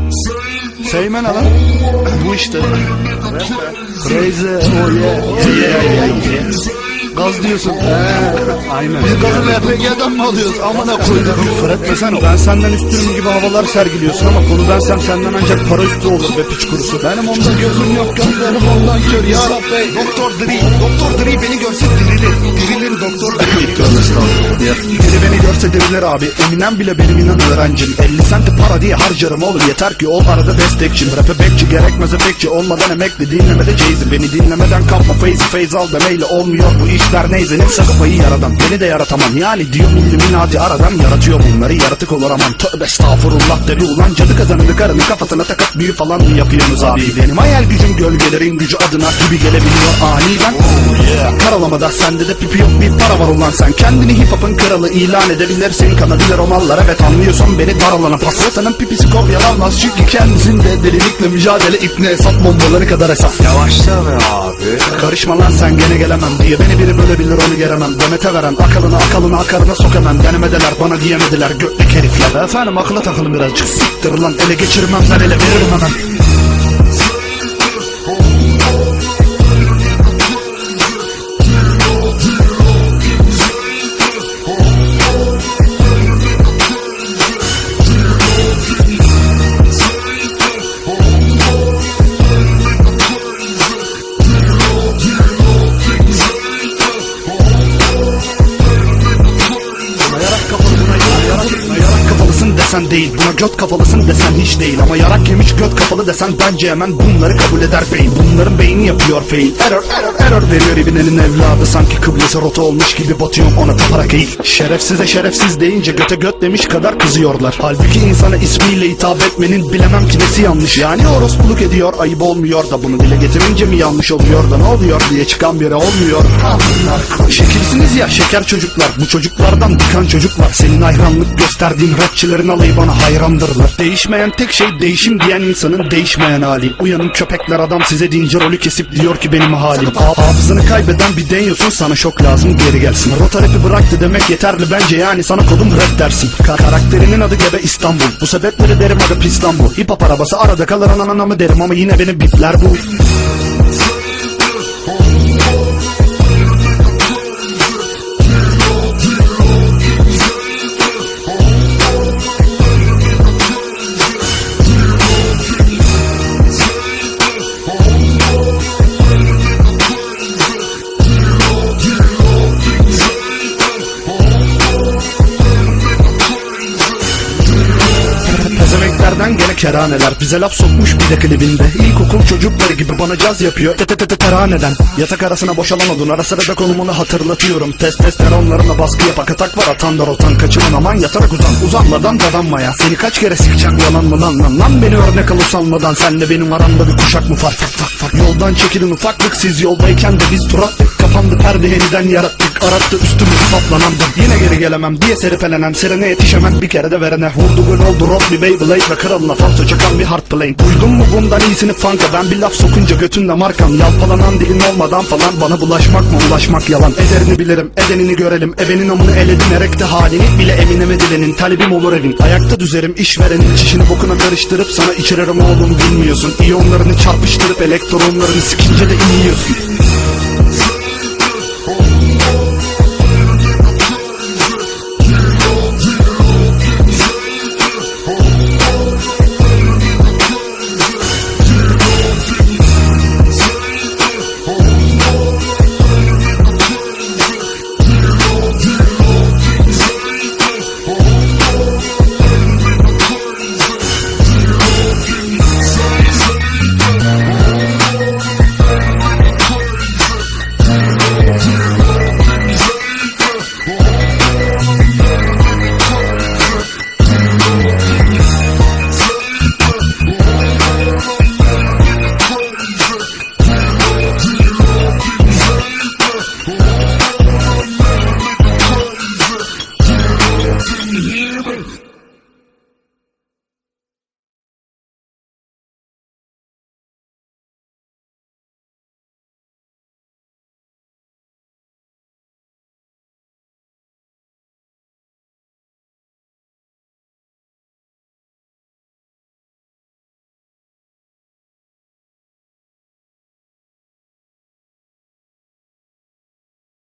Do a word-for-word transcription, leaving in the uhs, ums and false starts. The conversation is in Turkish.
Seymen lan. Bu işte. Crazy. Oh yeah. Yeah yeah yeah yeah. Gaz diyorsun. He. Aynen. Biz gazı L P G'den mi alıyoruz? Amına koydum. Küfür etmesene. Ben senden üstünüm gibi havalar sergiliyorsun ama konu bensem senden ancak para üstü olur be piç kurusu. Benim onda gözüm yok, gözlerim ondan kör ya Rabbi. Doktor Dre, Doktor Dre beni görse dirilir. Dirilir Doktor Dre. Biri beni görse dirilir abi. Eminem bile benim inan öğrencim. elli senti para diye harcarım oğlum. Yeter ki ol arada destekçim. Rap'e bekçi gerekmez bekçi olmadan emekli. Dinlemede Jay-Z. Beni dinlemeden kapma feyzi. Feyz al demeyle olmuyor bu işler neyse. Neyse kafayı yaradan. Beni de yaratamam. Yani diyor Illuminati aradan yaratıyor bunları. Yaratık olur aman. Tövbe estağfurullah de bir ulan. Cadı kazanını karının kafasına takıp büyü falan mı yapıyorsunuz abi? Benim hayal gücüm gölgelerin gücü adına gibi gelebiliyor aniden. Oh yeah. Karalamada sende de pipi yok bir para var ulan sen. Kendini hip hop'un kralı ilan edebilirsin. Kanabilir o mallara evet anlıyorsan beni daralana pasrotanın pipisi kopyalanmaz. Çünkü kendisinde delilikle mücadele ipne hesap bombaları kadar hesap. Yavaşla be abi. Karışma lan sen gene gelemem diye beni biri bölebilir onu geremem. Demete veren akalını akalını akarına sok hemen. Denemedeler bana diyemediler götlük herifler. Efendim akla takılın birazcık siktir lan ele geçirmem ben ele veririm hemen. Desen değil buna göt kafalısın desen hiç değil. Ama yarak yemiş göt kafalı desen bence hemen bunları kabul eder beyin. Bunların beyni yapıyor fail. Error error error veriyor ibinenin evladı. Sanki kıblesi rota olmuş gibi batıyorum ona taparak eğil. Şerefsize şerefsiz deyince göte göt demiş kadar kızıyorlar. Halbuki insana ismiyle hitap etmenin bilemem ki nesi yanlış. Yani orospuluk ediyor ayıp olmuyor da bunu dile getirince mi yanlış oluyor da ne oluyor diye çıkan biri olmuyor. Şekilsiniz ya şeker çocuklar. Bu çocuklardan bıkan çocuk var. Senin hayranlık gösterdiğin rapçilerin alayı bana hayrandırlar. Değişmeyen tek şey değişim diyen insanın değişmeyen hali. Uyanın köpekler adam size deyince rolü kesip diyor ki benim halim. Hafızını kaybeden bir deniyorsun sana şok lazım geri gelsin. Rota rapi bıraktı demek yeterli bence yani sana kodum rap dersin. Ka karakterinin adı Gebe İstanbul. Bu sebepleri derim adı Pistanbul. Hip hop arabası arada kalır ananana mı derim ama yine benim bipler bu. Gene keraneler bize laf sokmuş bir de klibinde. İlkokul çocukları gibi bana caz yapıyor te te te te teraneden. Yatak arasına boşalan odun ara sıra da konumunu hatırlatıyorum. Testosteronlarına baskı yapak atak var atan da rotan. Kaçırın aman yatarak uzan uzanmadan dadanmaya. Seni kaç kere sikeceğim yalan mı lan lan lan. Beni örnek al usanmadan senle benim aramda bir kuşak mı fark fark fark fark. Yoldan çekilin ufaklık siz yoldayken de biz tur attık. Kapandı perde yeniden yarattık. Arattı üstümüzü saplanandım. Yine geri gelemem diye seripelenen sirene yetişemem bir kere de verene. Vurdu gol oldu rock bir Beyblade ve kralına falso çakan bir hard plane. Duydun mu bundan iyisini fanka. Ben bir laf sokunca götünle markam. Yalpalanan dilin olmadan falan bana bulaşmak mı ulaşmak yalan. Ederini bilirim edenini görelim. Ebenin amını el edinerek de halini bile emineme dilenin. Talibim olur evin ayakta düzerim işverenin. Çişini bokuna karıştırıp sana içiririm oğlum bilmiyorsun. İyonlarını çarpıştırıp elektronlarını sikince de iniyorsun.